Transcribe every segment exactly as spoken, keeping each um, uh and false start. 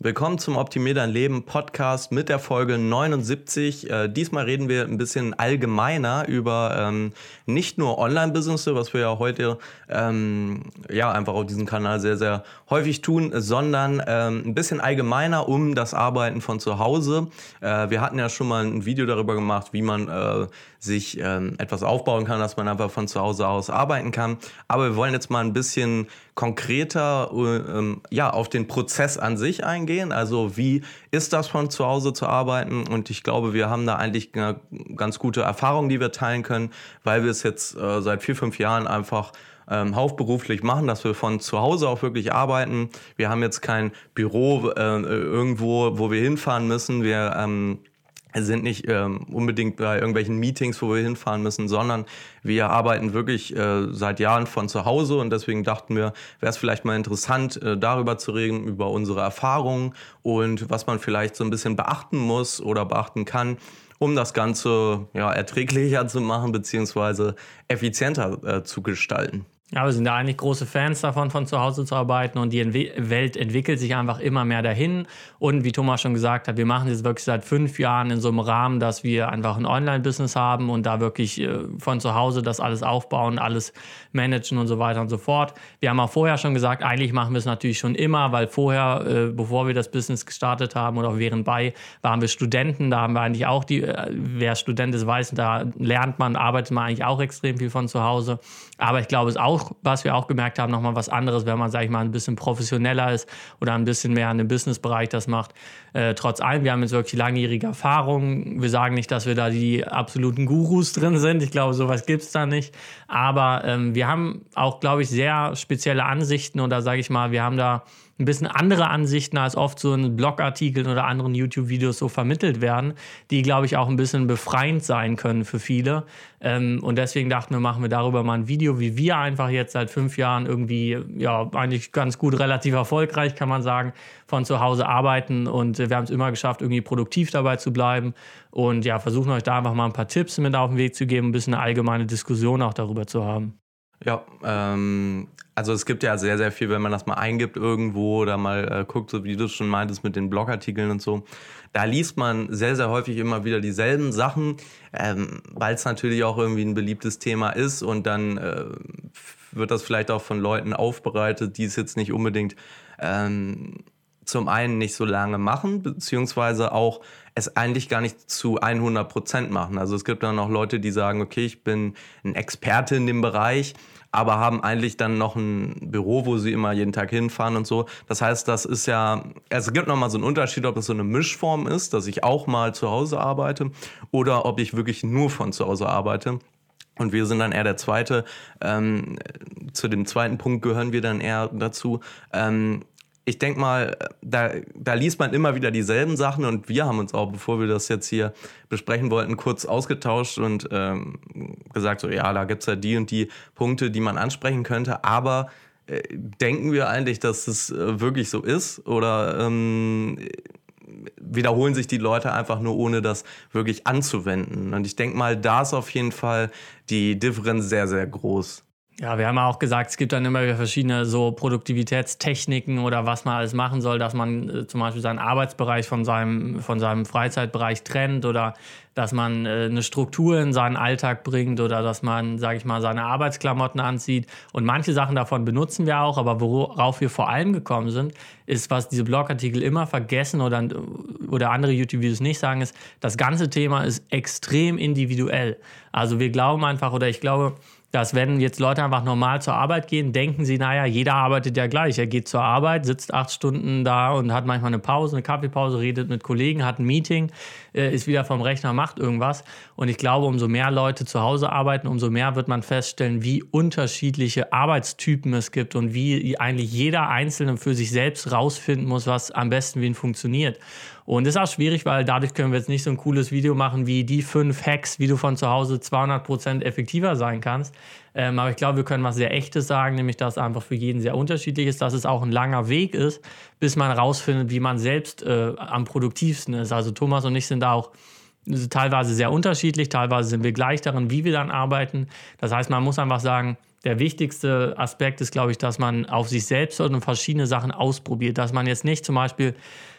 Willkommen zum Optimier dein Leben Podcast mit der Folge neunundsiebzig. Äh, diesmal reden wir ein bisschen allgemeiner über ähm, nicht nur Online-Business, was wir ja heute ähm, ja einfach auf diesem Kanal sehr, sehr häufig tun, sondern ähm, ein bisschen allgemeiner um das Arbeiten von zu Hause. Äh, wir hatten ja schon mal ein Video darüber gemacht, wie man äh, sich ähm, etwas aufbauen kann, dass man einfach von zu Hause aus arbeiten kann. Aber wir wollen jetzt mal ein bisschen konkreter ähm, ja, auf den Prozess an sich eingehen. Also wie ist das, von zu Hause zu arbeiten? Und ich glaube, wir haben da eigentlich eine ganz gute Erfahrung, die wir teilen können, weil wir es jetzt äh, seit vier, fünf Jahren einfach ähm, hauptberuflich machen, dass wir von zu Hause auch wirklich arbeiten. Wir haben jetzt kein Büro äh, irgendwo, wo wir hinfahren müssen. Wir ähm, sind nicht ähm, unbedingt bei irgendwelchen Meetings, wo wir hinfahren müssen, sondern wir arbeiten wirklich äh, seit Jahren von zu Hause und deswegen dachten wir, wäre es vielleicht mal interessant, äh, darüber zu reden, über unsere Erfahrungen und was man vielleicht so ein bisschen beachten muss oder beachten kann, um das Ganze ja, erträglicher zu machen beziehungsweise effizienter äh, zu gestalten. Ja, wir sind da eigentlich große Fans davon, von zu Hause zu arbeiten und die Entwe- Welt entwickelt sich einfach immer mehr dahin. Und wie Thomas schon gesagt hat, wir machen das wirklich seit fünf Jahren in so einem Rahmen, dass wir einfach ein Online-Business haben und da wirklich äh, von zu Hause das alles aufbauen, alles managen und so weiter und so fort. Wir haben auch vorher schon gesagt, eigentlich machen wir es natürlich schon immer, weil vorher, äh, bevor wir das Business gestartet haben oder auch währendbei, waren wir Studenten. Da haben wir eigentlich auch die, äh, wer Student ist, weiß, da lernt man, arbeitet man eigentlich auch extrem viel von zu Hause. Aber ich glaube, es ist auch was wir auch gemerkt haben, nochmal was anderes, wenn man, sag ich mal, ein bisschen professioneller ist oder ein bisschen mehr in dem Businessbereich das macht. Äh, trotz allem, wir haben jetzt wirklich langjährige Erfahrung. Wir sagen nicht, dass wir da die absoluten Gurus drin sind. Ich glaube, sowas gibt es da nicht. Aber ähm, wir haben auch, glaube ich, sehr spezielle Ansichten oder, sage ich mal, wir haben da ein bisschen andere Ansichten, als oft so in Blogartikeln oder anderen YouTube-Videos so vermittelt werden, die, glaube ich, auch ein bisschen befreiend sein können für viele. Ähm, und deswegen dachten wir, machen wir darüber mal ein Video, wie wir einfach jetzt seit fünf Jahren irgendwie, ja, eigentlich ganz gut, relativ erfolgreich, kann man sagen, von zu Hause arbeiten. Und wir haben es immer geschafft, irgendwie produktiv dabei zu bleiben. Und ja, versuchen euch da einfach mal ein paar Tipps mit auf den Weg zu geben, ein bisschen eine allgemeine Diskussion auch darüber zu haben. Ja, ähm, also es gibt ja sehr, sehr viel, wenn man das mal eingibt irgendwo oder mal äh, guckt, so wie du schon meintest mit den Blogartikeln und so. Da liest man sehr, sehr häufig immer wieder dieselben Sachen, ähm, weil es natürlich auch irgendwie ein beliebtes Thema ist und dann äh, wird das vielleicht auch von Leuten aufbereitet, die es jetzt nicht unbedingt ähm, zum einen nicht so lange machen, beziehungsweise auch es eigentlich gar nicht zu hundert Prozent machen. Also es gibt dann auch Leute, die sagen, okay, ich bin ein Experte in dem Bereich, aber haben eigentlich dann noch ein Büro, wo sie immer jeden Tag hinfahren und so. Das heißt, das ist ja, es gibt nochmal so einen Unterschied, ob es so eine Mischform ist, dass ich auch mal zu Hause arbeite oder ob ich wirklich nur von zu Hause arbeite. Und wir sind dann eher der zweite, ähm, zu dem zweiten Punkt gehören wir dann eher dazu. Ähm, Ich denke mal, da, da liest man immer wieder dieselben Sachen und wir haben uns auch, bevor wir das jetzt hier besprechen wollten, kurz ausgetauscht und ähm, gesagt, so ja, da gibt es ja die und die Punkte, die man ansprechen könnte, aber äh, denken wir eigentlich, dass es äh, wirklich so ist oder ähm, wiederholen sich die Leute einfach nur, ohne das wirklich anzuwenden? Und ich denke mal, da ist auf jeden Fall die Differenz sehr, sehr groß. Ja, wir haben ja auch gesagt, es gibt dann immer wieder verschiedene so Produktivitätstechniken oder was man alles machen soll, dass man äh, zum Beispiel seinen Arbeitsbereich von seinem, von seinem Freizeitbereich trennt oder dass man äh, eine Struktur in seinen Alltag bringt oder dass man, sage ich mal, seine Arbeitsklamotten anzieht. Und manche Sachen davon benutzen wir auch, aber worauf wir vor allem gekommen sind, ist, was diese Blogartikel immer vergessen oder, oder andere YouTube-Videos nicht sagen, ist, das ganze Thema ist extrem individuell. Also wir glauben einfach, oder ich glaube, dass wenn jetzt Leute einfach normal zur Arbeit gehen, denken sie, naja, jeder arbeitet ja gleich. Er geht zur Arbeit, sitzt acht Stunden da und hat manchmal eine Pause, eine Kaffeepause, redet mit Kollegen, hat ein Meeting, äh, ist wieder vom Rechner, macht irgendwas. Und ich glaube, umso mehr Leute zu Hause arbeiten, umso mehr wird man feststellen, wie unterschiedliche Arbeitstypen es gibt und wie eigentlich jeder Einzelne für sich selbst rausfinden muss, was am besten wie ihn funktioniert. Und das ist auch schwierig, weil dadurch können wir jetzt nicht so ein cooles Video machen wie die fünf Hacks, wie du von zu Hause zweihundert Prozent effektiver sein kannst. Ähm, aber ich glaube, wir können was sehr Echtes sagen, nämlich, dass es einfach für jeden sehr unterschiedlich ist, dass es auch ein langer Weg ist, bis man rausfindet, wie man selbst äh, am produktivsten ist. Also Thomas und ich sind da auch teilweise sehr unterschiedlich, teilweise sind wir gleich darin, wie wir dann arbeiten. Das heißt, man muss einfach sagen, der wichtigste Aspekt ist, glaube ich, dass man auf sich selbst und verschiedene Sachen ausprobiert. Dass man jetzt nicht zum Beispiel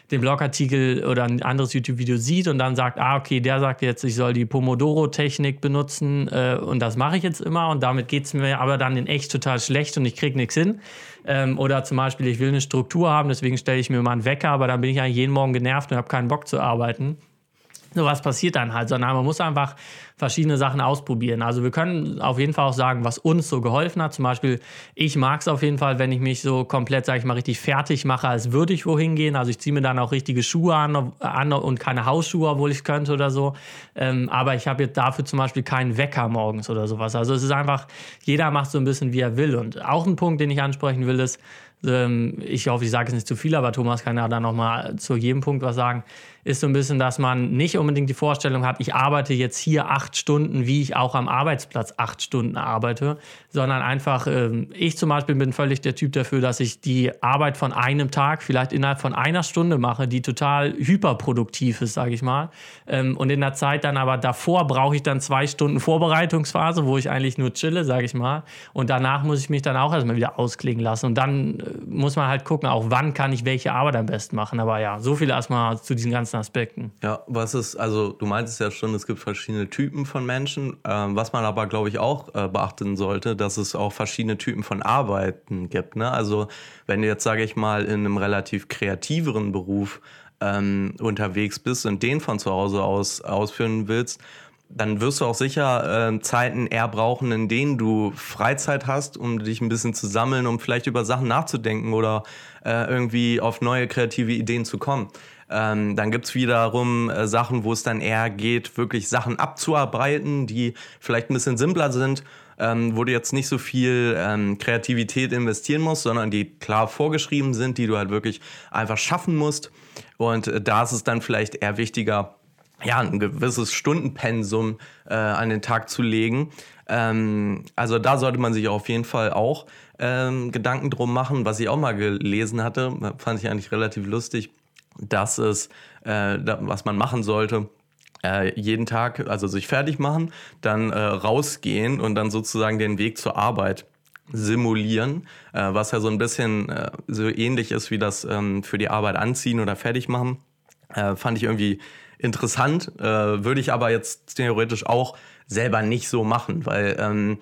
den Blogartikel oder ein anderes YouTube-Video sieht und dann sagt, ah, okay, der sagt jetzt, ich soll die Pomodoro-Technik benutzen äh, und das mache ich jetzt immer und damit geht es mir aber dann in echt total schlecht und ich kriege nichts hin. Ähm, oder zum Beispiel, ich will eine Struktur haben, deswegen stelle ich mir mal einen Wecker, aber dann bin ich eigentlich jeden Morgen genervt und habe keinen Bock zu arbeiten. So was passiert dann halt, sondern man muss einfach verschiedene Sachen ausprobieren. Also wir können auf jeden Fall auch sagen, was uns so geholfen hat. Zum Beispiel, ich mag es auf jeden Fall, wenn ich mich so komplett, sag ich mal, richtig fertig mache, als würde ich wohin gehen. Also ich ziehe mir dann auch richtige Schuhe an, an und keine Hausschuhe, obwohl ich könnte oder so. Ähm, aber ich habe jetzt dafür zum Beispiel keinen Wecker morgens oder sowas. Also es ist einfach, jeder macht so ein bisschen, wie er will. Und auch ein Punkt, den ich ansprechen will, ist, ähm, ich hoffe, ich sage jetzt nicht zu viel, aber Thomas kann ja da nochmal zu jedem Punkt was sagen, ist so ein bisschen, dass man nicht unbedingt die Vorstellung hat, ich arbeite jetzt hier acht Stunden, wie ich auch am Arbeitsplatz acht Stunden arbeite, sondern einfach, ähm, ich zum Beispiel bin völlig der Typ dafür, dass ich die Arbeit von einem Tag vielleicht innerhalb von einer Stunde mache, die total hyperproduktiv ist, sage ich mal. Ähm, und in der Zeit dann aber davor brauche ich dann zwei Stunden Vorbereitungsphase, wo ich eigentlich nur chille, sage ich mal. Und danach muss ich mich dann auch erstmal wieder ausklingen lassen. Und dann äh, muss man halt gucken, auch wann kann ich welche Arbeit am besten machen. Aber ja, so viel erstmal zu diesen ganzen Aspekten. Ja, was ist, also du meintest ja schon, es gibt verschiedene Typen von Menschen. Ähm, was man aber, glaube ich, auch äh, beachten sollte, dass es auch verschiedene Typen von Arbeiten gibt. Ne? Also wenn du jetzt, sage ich mal, in einem relativ kreativeren Beruf ähm, unterwegs bist und den von zu Hause aus ausführen willst, dann wirst du auch sicher äh, Zeiten eher brauchen, in denen du Freizeit hast, um dich ein bisschen zu sammeln, um vielleicht über Sachen nachzudenken oder äh, irgendwie auf neue kreative Ideen zu kommen. Ähm, dann gibt's wiederum äh, Sachen, wo es dann eher geht, wirklich Sachen abzuarbeiten, die vielleicht ein bisschen simpler sind, ähm, wo du jetzt nicht so viel ähm, Kreativität investieren musst, sondern die klar vorgeschrieben sind, die du halt wirklich einfach schaffen musst. Und äh, da ist es dann vielleicht eher wichtiger, ja, ein gewisses Stundenpensum äh, an den Tag zu legen. Ähm, also da sollte man sich auf jeden Fall auch ähm, Gedanken drum machen. Was ich auch mal gelesen hatte, fand ich eigentlich relativ lustig, dass es, äh, da, was man machen sollte, äh, jeden Tag, also sich fertig machen, dann äh, rausgehen und dann sozusagen den Weg zur Arbeit simulieren, äh, was ja so ein bisschen äh, so ähnlich ist wie das ähm, für die Arbeit anziehen oder fertig machen. Äh, fand ich irgendwie interessant, äh, würde ich aber jetzt theoretisch auch selber nicht so machen, weil ähm,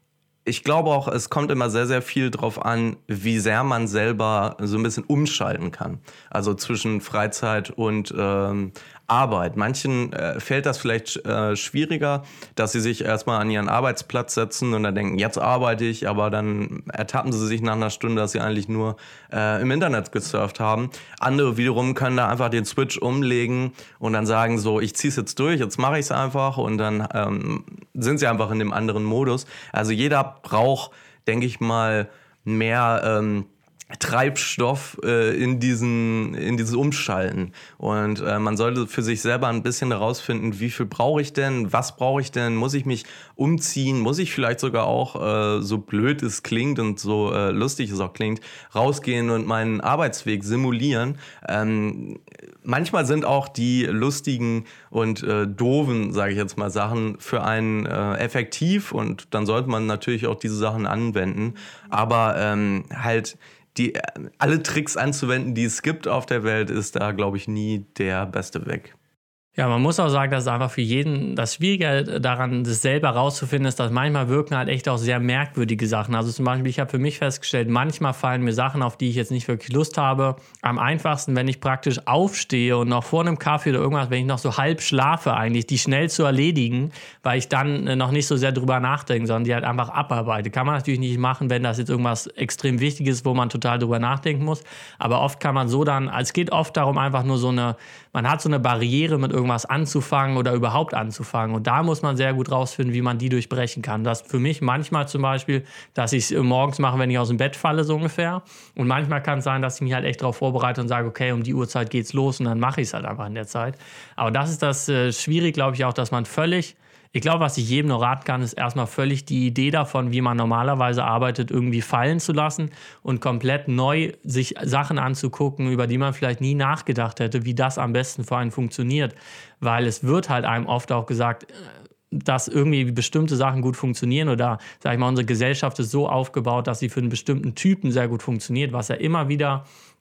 ich glaube auch, es kommt immer sehr, sehr viel drauf an, wie sehr man selber so ein bisschen umschalten kann. Also zwischen Freizeit und ähm, Arbeit. Manchen äh, fällt das vielleicht äh, schwieriger, dass sie sich erstmal an ihren Arbeitsplatz setzen und dann denken, jetzt arbeite ich, aber dann ertappen sie sich nach einer Stunde, dass sie eigentlich nur äh, im Internet gesurft haben. Andere wiederum können da einfach den Switch umlegen und dann sagen so, ich zieh's jetzt durch, jetzt mache ich es einfach und dann ähm, sind sie einfach in dem anderen Modus. Also jeder braucht, denke ich mal, mehr ähm, Treibstoff äh, in diesen in dieses Umschalten und äh, man sollte für sich selber ein bisschen herausfinden, wie viel brauche ich denn, was brauche ich denn, muss ich mich umziehen, muss ich vielleicht sogar auch, äh, so blöd es klingt und so äh, lustig es auch klingt, rausgehen und meinen Arbeitsweg simulieren. Ähm, manchmal sind auch die lustigen und äh, doofen, sage ich jetzt mal, Sachen für einen äh, effektiv und dann sollte man natürlich auch diese Sachen anwenden, aber ähm, halt die alle Tricks anzuwenden, die es gibt auf der Welt, ist da, glaube ich, nie der beste Weg. Ja, man muss auch sagen, dass es einfach für jeden das Schwierige daran, das selber rauszufinden ist, dass manchmal wirken halt echt auch sehr merkwürdige Sachen. Also zum Beispiel, ich habe für mich festgestellt, manchmal fallen mir Sachen, auf die ich jetzt nicht wirklich Lust habe. Am einfachsten, wenn ich praktisch aufstehe und noch vor einem Kaffee oder irgendwas, wenn ich noch so halb schlafe eigentlich, die schnell zu erledigen, weil ich dann noch nicht so sehr drüber nachdenke, sondern die halt einfach abarbeite. Kann man natürlich nicht machen, wenn das jetzt irgendwas extrem Wichtiges ist, wo man total drüber nachdenken muss. Aber oft kann man so dann, es geht oft darum, einfach nur so eine, man hat so eine Barriere mit irgendwas anzufangen oder überhaupt anzufangen. Und da muss man sehr gut rausfinden, wie man die durchbrechen kann. Das für mich manchmal zum Beispiel, dass ich es morgens mache, wenn ich aus dem Bett falle, so ungefähr. Und manchmal kann es sein, dass ich mich halt echt darauf vorbereite und sage, okay, um die Uhrzeit geht's los und dann mache ich es halt einfach in der Zeit. Aber das ist das äh, schwierig, glaube ich, auch, dass man völlig, ich glaube, was ich jedem nur raten kann, ist erstmal völlig die Idee davon, wie man normalerweise arbeitet, irgendwie fallen zu lassen und komplett neu sich Sachen anzugucken, über die man vielleicht nie nachgedacht hätte, wie das am besten für einen funktioniert. Weil es wird halt einem oft auch gesagt, dass irgendwie bestimmte Sachen gut funktionieren oder, sag ich mal, unsere Gesellschaft ist so aufgebaut, dass sie für einen bestimmten Typen sehr gut funktioniert, was ja immer wieder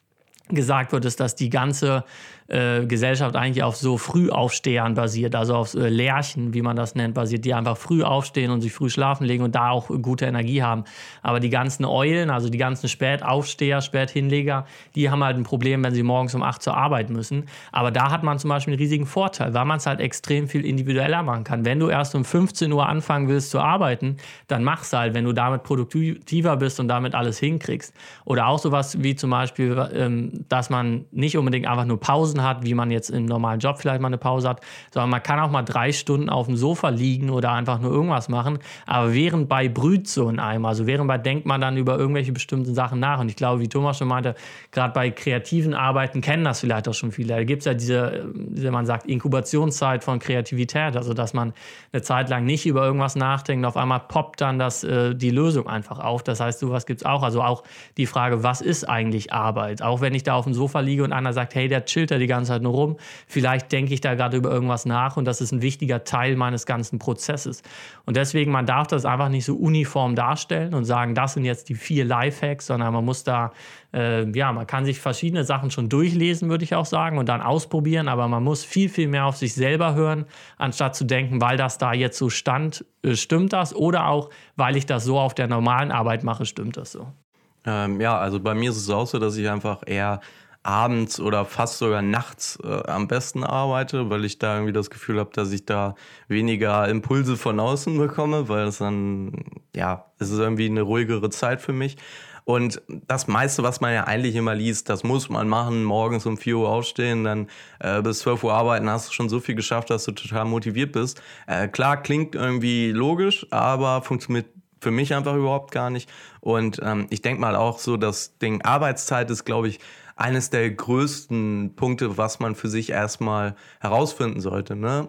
gesagt wird, ist, dass die ganze äh, Gesellschaft eigentlich auf so Frühaufstehern basiert, also auf äh, Lerchen, wie man das nennt, basiert, die einfach früh aufstehen und sich früh schlafen legen und da auch äh, gute Energie haben. Aber die ganzen Eulen, also die ganzen Spätaufsteher, Späthinleger, die haben halt ein Problem, wenn sie morgens um acht zur Arbeit müssen. Aber da hat man zum Beispiel einen riesigen Vorteil, weil man es halt extrem viel individueller machen kann. Wenn du erst um fünfzehn Uhr anfangen willst zu arbeiten, dann mach's halt, wenn du damit produktiver bist und damit alles hinkriegst. Oder auch sowas wie zum Beispiel, ähm, dass man nicht unbedingt einfach nur Pausen hat, wie man jetzt im normalen Job vielleicht mal eine Pause hat, sondern man kann auch mal drei Stunden auf dem Sofa liegen oder einfach nur irgendwas machen. Aber während bei brüht so in einem, also während bei denkt man dann über irgendwelche bestimmten Sachen nach. Und ich glaube, wie Thomas schon meinte, gerade bei kreativen Arbeiten kennen das vielleicht auch schon viele. Da gibt es ja diese, wie man sagt, Inkubationszeit von Kreativität, also dass man eine Zeit lang nicht über irgendwas nachdenkt, auf einmal poppt dann das, äh, die Lösung einfach auf. Das heißt, sowas gibt es auch. Also auch die Frage, was ist eigentlich Arbeit? Auch wenn ich da auf dem Sofa liege und einer sagt, hey, der chillt da die ganze Zeit nur rum. Vielleicht denke ich da gerade über irgendwas nach und das ist ein wichtiger Teil meines ganzen Prozesses. Und deswegen, man darf das einfach nicht so uniform darstellen und sagen, das sind jetzt die vier Lifehacks, sondern man muss da, äh, ja, man kann sich verschiedene Sachen schon durchlesen, würde ich auch sagen, und dann ausprobieren, aber man muss viel, viel mehr auf sich selber hören, anstatt zu denken, weil das da jetzt so stand, äh, stimmt das, oder auch, weil ich das so auf der normalen Arbeit mache, stimmt das so. Ähm, ja, also bei mir ist es auch so, dass ich einfach eher abends oder fast sogar nachts äh, am besten arbeite, weil ich da irgendwie das Gefühl habe, dass ich da weniger Impulse von außen bekomme, weil es dann, ja, es ist irgendwie eine ruhigere Zeit für mich. Und das meiste, was man ja eigentlich immer liest, das muss man machen, morgens um vier Uhr aufstehen, dann äh, bis zwölf Uhr arbeiten, hast du schon so viel geschafft, dass du total motiviert bist. Äh, klar, klingt irgendwie logisch, aber funktioniert für mich einfach überhaupt gar nicht. Und ähm, ich denke mal auch so, das Ding Arbeitszeit ist, glaube ich, eines der größten Punkte, was man für sich erstmal herausfinden sollte, ne?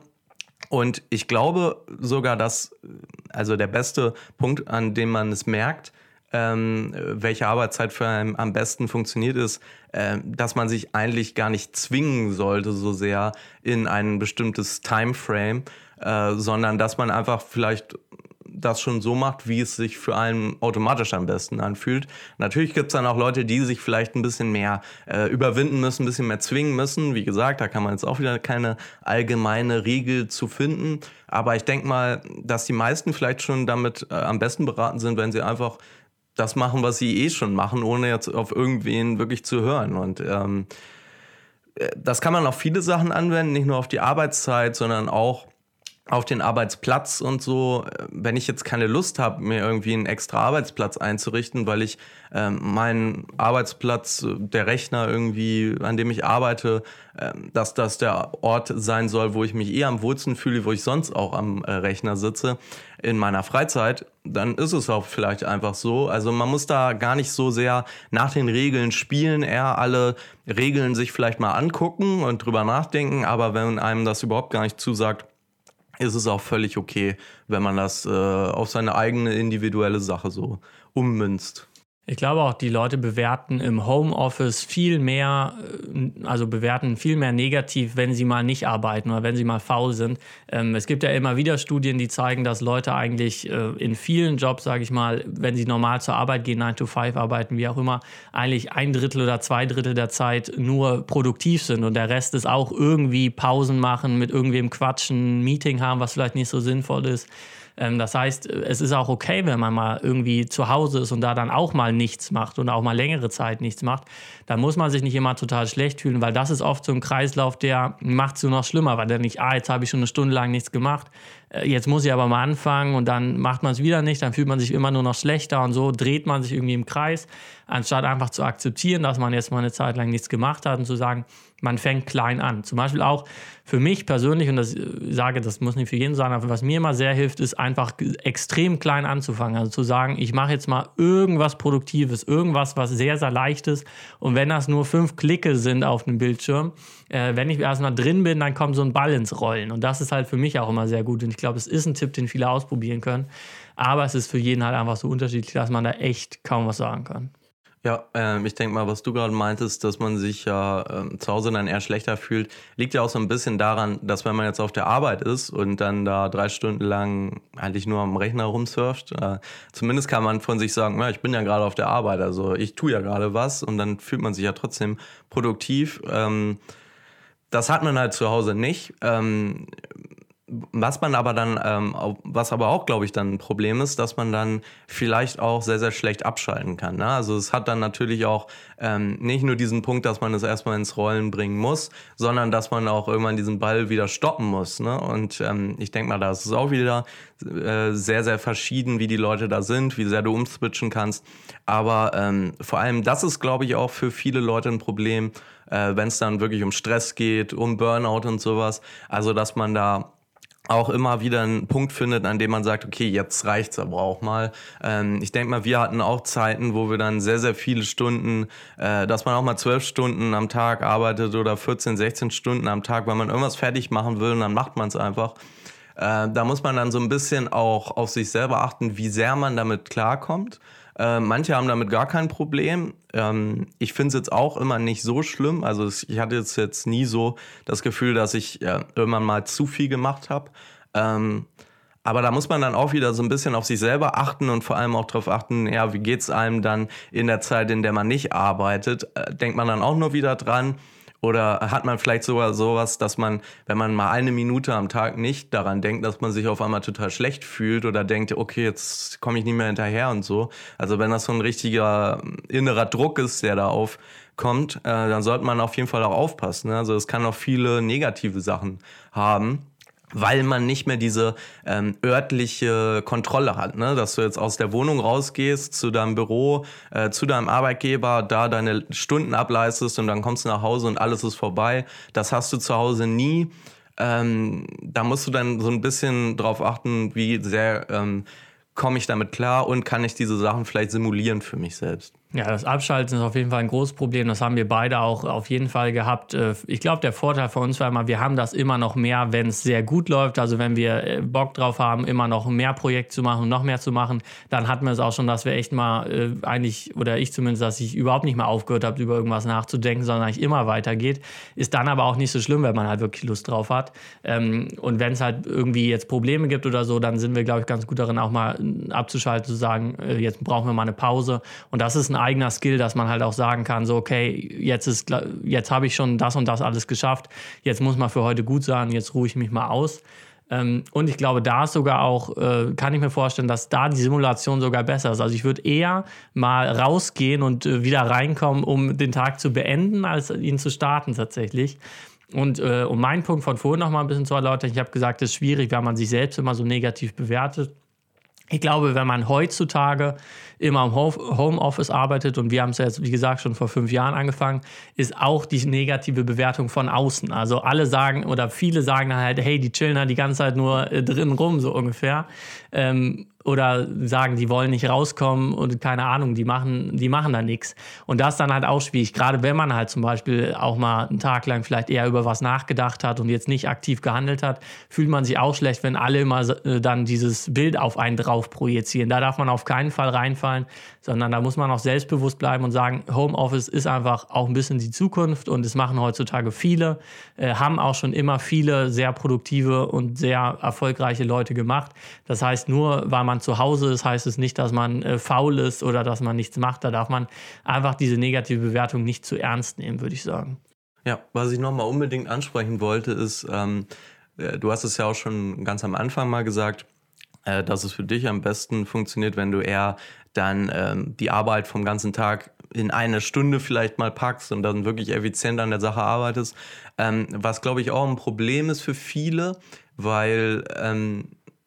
Und ich glaube sogar, dass, also der beste Punkt, an dem man es merkt, ähm, welche Arbeitszeit für einen am besten funktioniert, ist, äh, dass man sich eigentlich gar nicht zwingen sollte so sehr in ein bestimmtes Timeframe, äh, sondern dass man einfach vielleicht das schon so macht, wie es sich für einen automatisch am besten anfühlt. Natürlich gibt es dann auch Leute, die sich vielleicht ein bisschen mehr äh, überwinden müssen, ein bisschen mehr zwingen müssen. Wie gesagt, da kann man jetzt auch wieder keine allgemeine Regel zu finden. Aber ich denke mal, dass die meisten vielleicht schon damit äh, am besten beraten sind, wenn sie einfach das machen, was sie eh schon machen, ohne jetzt auf irgendwen wirklich zu hören. Und ähm, das kann man auf viele Sachen anwenden, nicht nur auf die Arbeitszeit, sondern auch auf den Arbeitsplatz und so. Wenn ich jetzt keine Lust habe, mir irgendwie einen extra Arbeitsplatz einzurichten, weil ich ähm, meinen Arbeitsplatz, der Rechner irgendwie, an dem ich arbeite, ähm, dass das der Ort sein soll, wo ich mich eher am wohlsten fühle, wo ich sonst auch am äh, Rechner sitze, in meiner Freizeit, dann ist es auch vielleicht einfach so. Also man muss da gar nicht so sehr nach den Regeln spielen, eher alle Regeln sich vielleicht mal angucken und drüber nachdenken, aber wenn einem das überhaupt gar nicht zusagt, ist es auch völlig okay, wenn man das äh, auf seine eigene individuelle Sache so ummünzt. Ich glaube auch, die Leute bewerten im Homeoffice viel mehr, also bewerten viel mehr negativ, wenn sie mal nicht arbeiten oder wenn sie mal faul sind. Ähm, es gibt ja immer wieder Studien, die zeigen, dass Leute eigentlich äh, in vielen Jobs, sage ich mal, wenn sie normal zur Arbeit gehen, nine to five arbeiten, wie auch immer, eigentlich ein Drittel oder zwei Drittel der Zeit nur produktiv sind und der Rest ist auch irgendwie Pausen machen, mit irgendwem quatschen, ein Meeting haben, was vielleicht nicht so sinnvoll ist. Das heißt, es ist auch okay, wenn man mal irgendwie zu Hause ist und da dann auch mal nichts macht und auch mal längere Zeit nichts macht. Da muss man sich nicht immer total schlecht fühlen, weil das ist oft so ein Kreislauf, der macht es nur noch schlimmer, weil dann nicht, ah, jetzt habe ich schon eine Stunde lang nichts gemacht, jetzt muss ich aber mal anfangen und dann macht man es wieder nicht, dann fühlt man sich immer nur noch schlechter und so dreht man sich irgendwie im Kreis, anstatt einfach zu akzeptieren, dass man jetzt mal eine Zeit lang nichts gemacht hat und zu sagen, man fängt klein an. Zum Beispiel auch für mich persönlich, und das ich sage, das muss nicht für jeden sein, aber was mir immer sehr hilft, ist einfach extrem klein anzufangen. Also zu sagen, ich mache jetzt mal irgendwas Produktives, irgendwas, was sehr, sehr leicht ist. Und wenn das nur fünf Klicke sind auf dem Bildschirm, äh, wenn ich erstmal drin bin, dann kommt so ein Ball ins Rollen. Und das ist halt für mich auch immer sehr gut. Und ich glaube, es ist ein Tipp, den viele ausprobieren können. Aber es ist für jeden halt einfach so unterschiedlich, dass man da echt kaum was sagen kann. Ja, ähm, ich denke mal, was du gerade meintest, dass man sich ja ähm, zu Hause dann eher schlechter fühlt, liegt ja auch so ein bisschen daran, dass wenn man jetzt auf der Arbeit ist und dann da drei Stunden lang eigentlich nur am Rechner rumsurft, äh, zumindest kann man von sich sagen, ja, ich bin ja gerade auf der Arbeit, also ich tue ja gerade was und dann fühlt man sich ja trotzdem produktiv. Ähm, das hat man halt zu Hause nicht. Ähm, Was man aber dann, ähm, was aber auch, glaube ich, dann ein Problem ist, dass man dann vielleicht auch sehr, sehr schlecht abschalten kann. Ne? Also es hat dann natürlich auch ähm, nicht nur diesen Punkt, dass man es erstmal ins Rollen bringen muss, sondern dass man auch irgendwann diesen Ball wieder stoppen muss. Ne? Und ähm, ich denke mal, da ist es auch wieder äh, sehr, sehr verschieden, wie die Leute da sind, wie sehr du umswitchen kannst. Aber ähm, vor allem, das ist, glaube ich, auch für viele Leute ein Problem, äh, wenn es dann wirklich um Stress geht, um Burnout und sowas. Also dass man da auch immer wieder einen Punkt findet, an dem man sagt, okay, jetzt reicht's aber auch mal. Ähm, ich denke mal, wir hatten auch Zeiten, wo wir dann sehr, sehr viele Stunden, äh, dass man auch mal zwölf Stunden am Tag arbeitet oder vierzehn, sechzehn Stunden am Tag, weil man irgendwas fertig machen will und dann macht man es einfach. Äh, da muss man dann so ein bisschen auch auf sich selber achten, wie sehr man damit klarkommt. Äh, manche haben damit gar kein Problem. Ähm, ich finde es jetzt auch immer nicht so schlimm. Also es, ich hatte jetzt, jetzt nie so das Gefühl, dass ich äh, irgendwann mal zu viel gemacht habe. Ähm, aber da muss man dann auch wieder so ein bisschen auf sich selber achten und vor allem auch darauf achten, ja, wie geht's einem dann in der Zeit, in der man nicht arbeitet? Äh, denkt man dann auch nur wieder dran? Oder hat man vielleicht sogar sowas, dass man, wenn man mal eine Minute am Tag nicht daran denkt, dass man sich auf einmal total schlecht fühlt oder denkt, okay, jetzt komme ich nicht mehr hinterher und so. Also wenn das so ein richtiger innerer Druck ist, der da aufkommt, äh, dann sollte man auf jeden Fall auch aufpassen. Ne? Also es kann auch viele negative Sachen haben, weil man nicht mehr diese ähm, örtliche Kontrolle hat, ne? Dass du jetzt aus der Wohnung rausgehst zu deinem Büro, äh, zu deinem Arbeitgeber, da deine Stunden ableistest und dann kommst du nach Hause und alles ist vorbei. Das hast du zu Hause nie. Ähm, da musst du dann so ein bisschen drauf achten, wie sehr ähm, komme ich damit klar und kann ich diese Sachen vielleicht simulieren für mich selbst. Ja, das Abschalten ist auf jeden Fall ein großes Problem. Das haben wir beide auch auf jeden Fall gehabt. Ich glaube, der Vorteil für uns war immer, wir haben das immer noch mehr, wenn es sehr gut läuft. Also wenn wir Bock drauf haben, immer noch mehr Projekte zu machen und noch mehr zu machen, dann hatten wir es auch schon, dass wir echt mal äh, eigentlich, oder ich zumindest, dass ich überhaupt nicht mehr aufgehört habe, über irgendwas nachzudenken, sondern eigentlich immer weitergeht. Ist dann aber auch nicht so schlimm, wenn man halt wirklich Lust drauf hat. Ähm, und wenn es halt irgendwie jetzt Probleme gibt oder so, dann sind wir, glaube ich, ganz gut darin, auch mal abzuschalten, zu sagen, äh, jetzt brauchen wir mal eine Pause. Und das ist ein eigener Skill, dass man halt auch sagen kann, so okay, jetzt ist, jetzt habe ich schon das und das alles geschafft, jetzt muss mal für heute gut sein, jetzt ruhe ich mich mal aus. Ähm, und ich glaube, da ist sogar auch, äh, kann ich mir vorstellen, dass da die Simulation sogar besser ist. Also ich würde eher mal rausgehen und äh, wieder reinkommen, um den Tag zu beenden, als ihn zu starten tatsächlich. Und äh, um meinen Punkt von vorhin noch mal ein bisschen zu erläutern, ich habe gesagt, es ist schwierig, wenn man sich selbst immer so negativ bewertet. Ich glaube, wenn man heutzutage immer im Homeoffice arbeitet, und wir haben es ja jetzt, wie gesagt, schon vor fünf Jahren angefangen, ist auch die negative Bewertung von außen. Also alle sagen oder viele sagen halt, hey, die chillen da die ganze Zeit nur äh, drin rum, so ungefähr. Ähm, oder sagen, die wollen nicht rauskommen und keine Ahnung, die machen, die machen da nichts. Und das ist dann halt auch schwierig, gerade wenn man halt zum Beispiel auch mal einen Tag lang vielleicht eher über was nachgedacht hat und jetzt nicht aktiv gehandelt hat, fühlt man sich auch schlecht, wenn alle immer äh, dann dieses Bild auf einen drauf projizieren. Da darf man auf keinen Fall reinfallen, sondern da muss man auch selbstbewusst bleiben und sagen, Homeoffice ist einfach auch ein bisschen die Zukunft und es machen heutzutage viele, äh, haben auch schon immer viele sehr produktive und sehr erfolgreiche Leute gemacht. Das heißt, nur weil man zu Hause ist, heißt es nicht, dass man äh, faul ist oder dass man nichts macht. Da darf man einfach diese negative Bewertung nicht zu ernst nehmen, würde ich sagen. Ja, was ich nochmal unbedingt ansprechen wollte, ist, ähm, du hast es ja auch schon ganz am Anfang mal gesagt, äh, dass es für dich am besten funktioniert, wenn du eher dann ähm, die Arbeit vom ganzen Tag in eine Stunde vielleicht mal packst und dann wirklich effizient an der Sache arbeitest. Ähm, was, glaube ich, auch ein Problem ist für viele, weil ähm,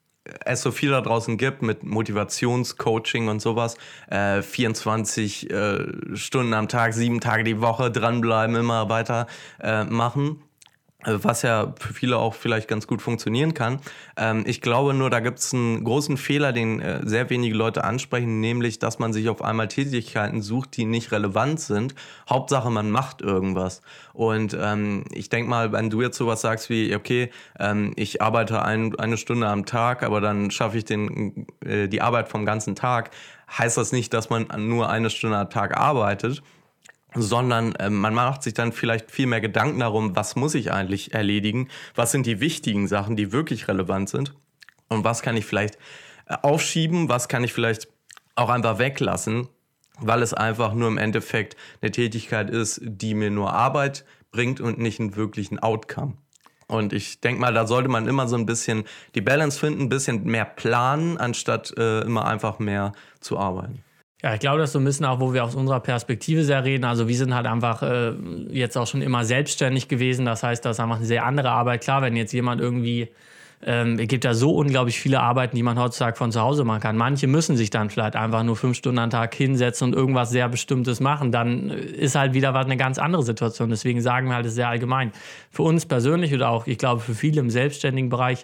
es so viel da draußen gibt mit Motivationscoaching und sowas, äh, vierundzwanzig äh, Stunden am Tag, sieben Tage die Woche dranbleiben, immer weiter äh, machen. was ja für viele auch vielleicht ganz gut funktionieren kann. Ähm, ich glaube nur, da gibt es einen großen Fehler, den äh, sehr wenige Leute ansprechen, nämlich, dass man sich auf einmal Tätigkeiten sucht, die nicht relevant sind. Hauptsache, man macht irgendwas. Und ähm, ich denke mal, wenn du jetzt sowas sagst wie, okay, ähm, ich arbeite ein, eine Stunde am Tag, aber dann schaffe ich den, äh, die Arbeit vom ganzen Tag, heißt das nicht, dass man nur eine Stunde am Tag arbeitet, sondern äh, man macht sich dann vielleicht viel mehr Gedanken darum, was muss ich eigentlich erledigen, was sind die wichtigen Sachen, die wirklich relevant sind und was kann ich vielleicht äh, aufschieben, was kann ich vielleicht auch einfach weglassen, weil es einfach nur im Endeffekt eine Tätigkeit ist, die mir nur Arbeit bringt und nicht einen wirklichen Outcome. Und ich denke mal, da sollte man immer so ein bisschen die Balance finden, ein bisschen mehr planen, anstatt äh, immer einfach mehr zu arbeiten. Ja, ich glaube, das ist so ein bisschen auch, wo wir aus unserer Perspektive sehr reden. Also wir sind halt einfach äh, jetzt auch schon immer selbstständig gewesen. Das heißt, das ist einfach eine sehr andere Arbeit. Klar, wenn jetzt jemand irgendwie, ähm, es gibt ja so unglaublich viele Arbeiten, die man heutzutage von zu Hause machen kann. Manche müssen sich dann vielleicht einfach nur fünf Stunden am Tag hinsetzen und irgendwas sehr Bestimmtes machen. Dann ist halt wieder was eine ganz andere Situation. Deswegen sagen wir halt, das ist sehr allgemein. Für uns persönlich oder auch, ich glaube, für viele im selbstständigen Bereich,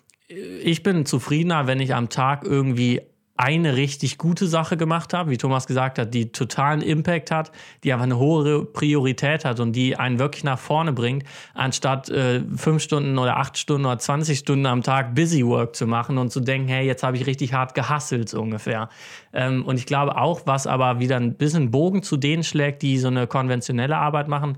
ich bin zufriedener, wenn ich am Tag irgendwie eine richtig gute Sache gemacht habe, wie Thomas gesagt hat, die totalen Impact hat, die einfach eine hohe Priorität hat und die einen wirklich nach vorne bringt, anstatt äh, fünf Stunden oder acht Stunden oder zwanzig Stunden am Tag Busy Work zu machen und zu denken, hey, jetzt habe ich richtig hart gehustelt, so ungefähr. Ähm, und ich glaube auch, was aber wieder ein bisschen Bogen zu denen schlägt, die so eine konventionelle Arbeit machen,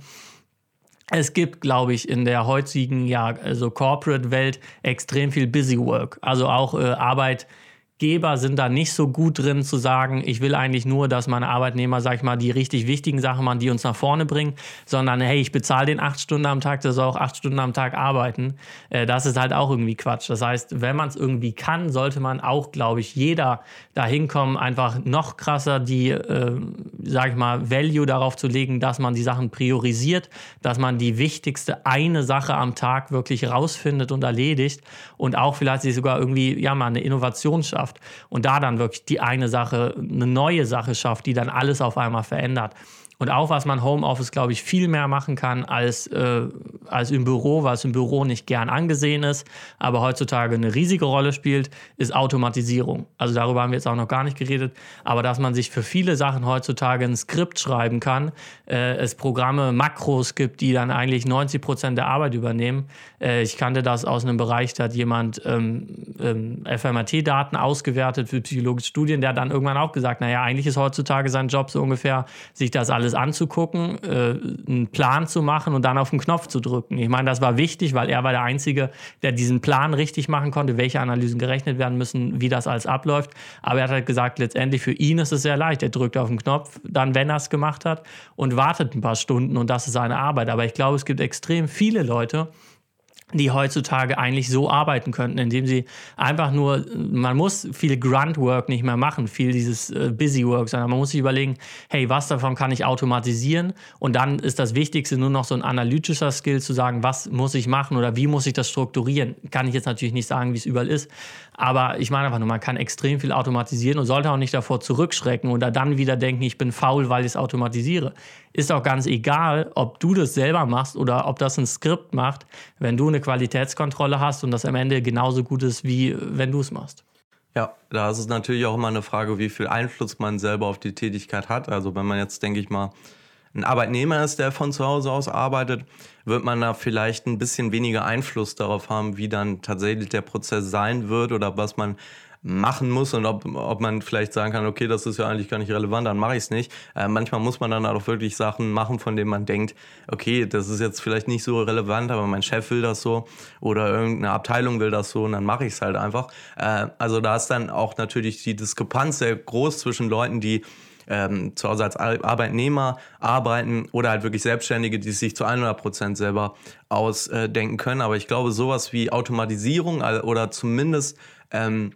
es gibt, glaube ich, in der heutigen, ja, also Corporate-Welt extrem viel Busy Work, also auch äh, Arbeit. Geber sind da nicht so gut drin zu sagen, ich will eigentlich nur, dass meine Arbeitnehmer, sag ich mal, die richtig wichtigen Sachen machen, die uns nach vorne bringen, sondern hey, ich bezahle den acht Stunden am Tag, der soll auch acht Stunden am Tag arbeiten. Äh, das ist halt auch irgendwie Quatsch. Das heißt, wenn man es irgendwie kann, sollte man auch, glaube ich, jeder da hinkommen, einfach noch krasser die, äh, sag ich mal, Value darauf zu legen, dass man die Sachen priorisiert, dass man die wichtigste eine Sache am Tag wirklich rausfindet und erledigt und auch vielleicht sich sogar irgendwie, ja, mal eine Innovation schafft. Und da dann wirklich die eine Sache, eine neue Sache schafft, die dann alles auf einmal verändert. Und auch, was man Homeoffice, glaube ich, viel mehr machen kann als, äh, als im Büro, weil es im Büro nicht gern angesehen ist, aber heutzutage eine riesige Rolle spielt, ist Automatisierung. Also darüber haben wir jetzt auch noch gar nicht geredet, aber dass man sich für viele Sachen heutzutage ein Skript schreiben kann, äh, es Programme, Makros gibt, die dann eigentlich neunzig Prozent der Arbeit übernehmen. Äh, ich kannte das aus einem Bereich, da hat jemand ähm, ähm, F M R T-Daten ausgewertet für psychologische Studien, der hat dann irgendwann auch gesagt, naja, eigentlich ist heutzutage sein Job so ungefähr, sich das alles anzugucken, äh, einen Plan zu machen und dann auf den Knopf zu drücken. Ich meine, das war wichtig, weil er war der Einzige, der diesen Plan richtig machen konnte, welche Analysen gerechnet werden müssen, wie das alles abläuft. Aber er hat halt gesagt, letztendlich für ihn ist es sehr leicht. Er drückt auf den Knopf, dann, wenn er es gemacht hat, und wartet ein paar Stunden und das ist seine Arbeit. Aber ich glaube, es gibt extrem viele Leute, die heutzutage eigentlich so arbeiten könnten, indem sie einfach nur, man muss viel Grunt-Work nicht mehr machen, viel dieses äh, Busy-Work, sondern man muss sich überlegen, hey, was davon kann ich automatisieren? Und dann ist das Wichtigste nur noch so ein analytischer Skill zu sagen, was muss ich machen oder wie muss ich das strukturieren? Kann ich jetzt natürlich nicht sagen, wie es überall ist, aber ich meine einfach nur, man kann extrem viel automatisieren und sollte auch nicht davor zurückschrecken oder dann wieder denken, ich bin faul, weil ich es automatisiere. Ist auch ganz egal, ob du das selber machst oder ob das ein Skript macht, wenn du eine Qualitätskontrolle hast und das am Ende genauso gut ist, wie wenn du es machst. Ja, da ist es natürlich auch immer eine Frage, wie viel Einfluss man selber auf die Tätigkeit hat. Also wenn man jetzt, denke ich mal, ein Arbeitnehmer ist, der von zu Hause aus arbeitet, wird man da vielleicht ein bisschen weniger Einfluss darauf haben, wie dann tatsächlich der Prozess sein wird oder was man machen muss und ob, ob man vielleicht sagen kann, okay, das ist ja eigentlich gar nicht relevant, dann mache ich es nicht. Äh, manchmal muss man dann auch wirklich Sachen machen, von denen man denkt, okay, das ist jetzt vielleicht nicht so relevant, aber mein Chef will das so oder irgendeine Abteilung will das so und dann mache ich es halt einfach. Äh, also da ist dann auch natürlich die Diskrepanz sehr groß zwischen Leuten, die ähm, zu Hause als Arbeitnehmer arbeiten oder halt wirklich Selbstständige, die sich zu hundert Prozent selber ausdenken können. Aber ich glaube, sowas wie Automatisierung oder zumindest ähm,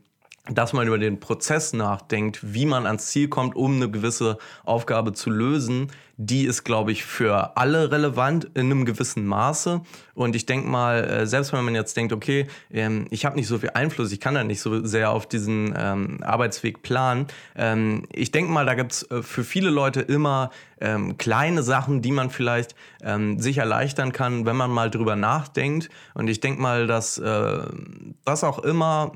dass man über den Prozess nachdenkt, wie man ans Ziel kommt, um eine gewisse Aufgabe zu lösen, die ist, glaube ich, für alle relevant in einem gewissen Maße. Und ich denke mal, selbst wenn man jetzt denkt, okay, ich habe nicht so viel Einfluss, ich kann da nicht so sehr auf diesen ähm, Arbeitsweg planen. Ähm, ich denke mal, da gibt es für viele Leute immer ähm, kleine Sachen, die man vielleicht ähm, sich erleichtern kann, wenn man mal drüber nachdenkt. Und ich denke mal, dass äh, das auch immer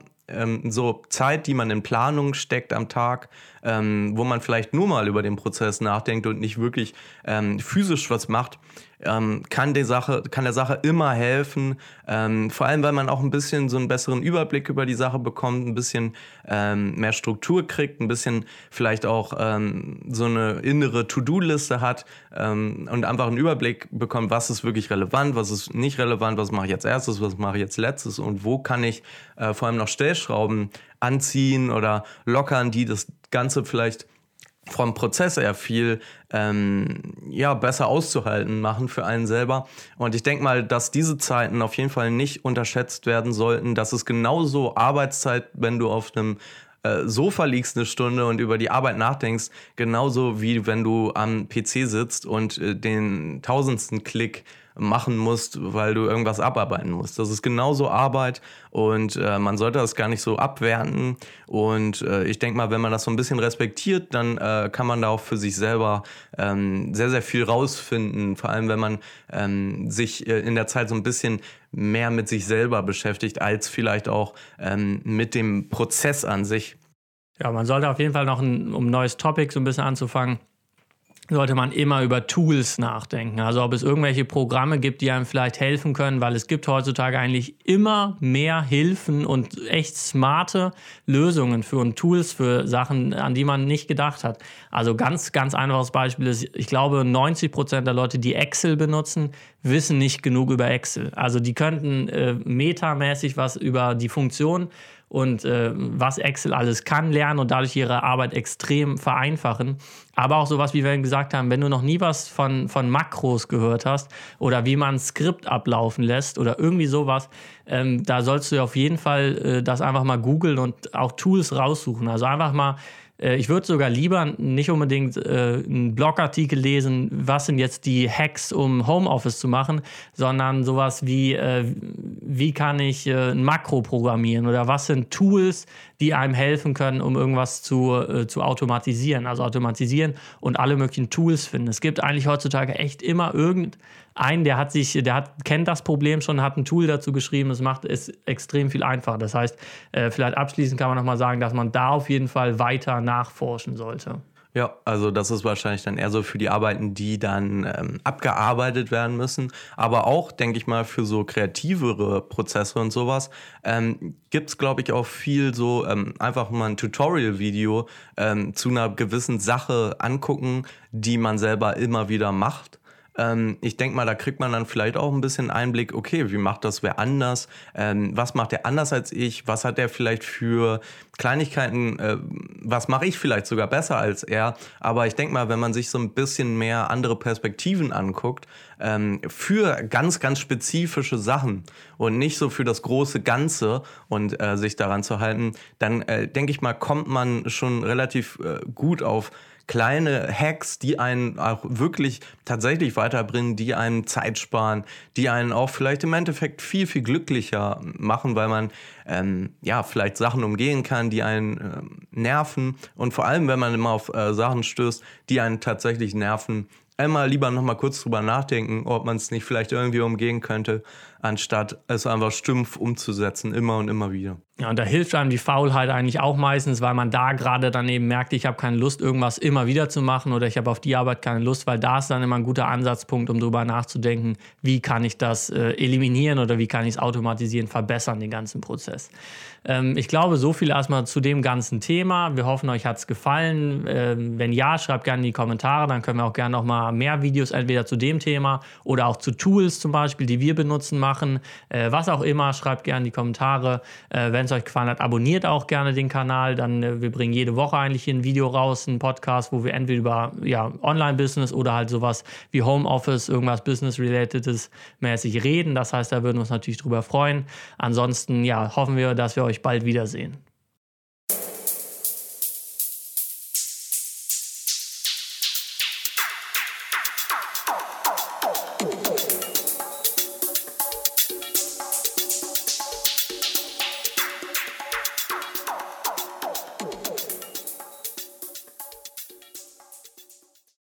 so Zeit, die man in Planung steckt am Tag, ähm, wo man vielleicht nur mal über den Prozess nachdenkt und nicht wirklich ähm, physisch was macht, ähm, kann, die Sache, kann der Sache immer helfen. Ähm, vor allem, weil man auch ein bisschen so einen besseren Überblick über die Sache bekommt, ein bisschen ähm, mehr Struktur kriegt, ein bisschen vielleicht auch ähm, so eine innere To-Do-Liste hat ähm, und einfach einen Überblick bekommt, was ist wirklich relevant, was ist nicht relevant, was mache ich jetzt erstes, was mache ich jetzt letztes und wo kann ich äh, vor allem noch Stellschrauben anziehen oder lockern, die das Ganze vielleicht vom Prozess her viel ähm, ja, besser auszuhalten machen für einen selber. Und ich denke mal, dass diese Zeiten auf jeden Fall nicht unterschätzt werden sollten. Das ist genauso Arbeitszeit, wenn du auf einem äh, Sofa liegst eine Stunde und über die Arbeit nachdenkst, genauso wie wenn du am P C sitzt und äh, den tausendsten Klick machen musst, weil du irgendwas abarbeiten musst. Das ist genauso Arbeit und äh, man sollte das gar nicht so abwerten und äh, ich denke mal, wenn man das so ein bisschen respektiert, dann äh, kann man da auch für sich selber ähm, sehr, sehr viel rausfinden, vor allem wenn man ähm, sich äh, in der Zeit so ein bisschen mehr mit sich selber beschäftigt, als vielleicht auch ähm, mit dem Prozess an sich. Ja, man sollte auf jeden Fall noch, ein, um ein neues Topic so ein bisschen anzufangen, sollte man immer über Tools nachdenken. Also ob es irgendwelche Programme gibt, die einem vielleicht helfen können, weil es gibt heutzutage eigentlich immer mehr Hilfen und echt smarte Lösungen für und Tools für Sachen, an die man nicht gedacht hat. Also ganz, ganz einfaches Beispiel ist, ich glaube, neunzig Prozent der Leute, die Excel benutzen, wissen nicht genug über Excel. Also die könnten äh, metamäßig was über die Funktion und äh, was Excel alles kann lernen und dadurch ihre Arbeit extrem vereinfachen. Aber auch sowas, wie wir gesagt haben, wenn du noch nie was von, von Makros gehört hast oder wie man ein Skript ablaufen lässt oder irgendwie sowas, ähm, da sollst du auf jeden Fall äh, das einfach mal googeln und auch Tools raussuchen. Also einfach mal, äh, ich würde sogar lieber nicht unbedingt äh, einen Blogartikel lesen, was sind jetzt die Hacks, um Homeoffice zu machen, sondern sowas wie, äh, wie kann ich äh, ein Makro programmieren oder was sind Tools, die einem helfen können, um irgendwas zu, äh, zu automatisieren. Also automatisieren und alle möglichen Tools finden. Es gibt eigentlich heutzutage echt immer irgendeinen, der hat sich, der hat, kennt das Problem schon, hat ein Tool dazu geschrieben, das macht es extrem viel einfacher. Das heißt, äh, vielleicht abschließend kann man nochmal sagen, dass man da auf jeden Fall weiter nachforschen sollte. Ja, also das ist wahrscheinlich dann eher so für die Arbeiten, die dann ähm, abgearbeitet werden müssen. Aber auch, denke ich mal, für so kreativere Prozesse und sowas ähm, gibt es, glaube ich, auch viel so ähm, einfach mal ein Tutorial-Video ähm, zu einer gewissen Sache angucken, die man selber immer wieder macht. Ähm, ich denke mal, da kriegt man dann vielleicht auch ein bisschen Einblick, okay, wie macht das wer anders? Ähm, was macht der anders als ich? Was hat der vielleicht für Kleinigkeiten? Äh, was mache ich vielleicht sogar besser als er? Aber ich denke mal, wenn man sich so ein bisschen mehr andere Perspektiven anguckt, ähm, für ganz, ganz spezifische Sachen und nicht so für das große Ganze und äh, sich daran zu halten, dann äh, denke ich mal, kommt man schon relativ äh, gut auf kleine Hacks, die einen auch wirklich tatsächlich weiterbringen, die einen Zeit sparen, die einen auch vielleicht im Endeffekt viel, viel glücklicher machen, weil man ähm, ja vielleicht Sachen umgehen kann, die einen ähm, nerven und vor allem, wenn man immer auf äh, Sachen stößt, die einen tatsächlich nerven, einmal lieber noch mal kurz drüber nachdenken, ob man es nicht vielleicht irgendwie umgehen könnte, anstatt es einfach stumpf umzusetzen, immer und immer wieder. Ja, und da hilft einem die Faulheit eigentlich auch meistens, weil man da gerade dann eben merkt, ich habe keine Lust, irgendwas immer wieder zu machen oder ich habe auf die Arbeit keine Lust, weil da ist dann immer ein guter Ansatzpunkt, um drüber nachzudenken, wie kann ich das äh, eliminieren oder wie kann ich es automatisieren, verbessern, den ganzen Prozess. Ähm, ich glaube, so viel erstmal zu dem ganzen Thema. Wir hoffen, euch hat es gefallen. Ähm, wenn ja, schreibt gerne in die Kommentare, dann können wir auch gerne noch mal mehr Videos entweder zu dem Thema oder auch zu Tools zum Beispiel, die wir benutzen, machen. Äh, was auch immer, schreibt gerne in die Kommentare. Äh, wenn es euch gefallen hat, abonniert auch gerne den Kanal. Dann, äh, wir bringen jede Woche eigentlich ein Video raus, einen Podcast, wo wir entweder über ja, Online-Business oder halt sowas wie Homeoffice, irgendwas Business-Relatedes mäßig reden. Das heißt, da würden wir uns natürlich drüber freuen. Ansonsten ja, hoffen wir, dass wir euch bald wiedersehen.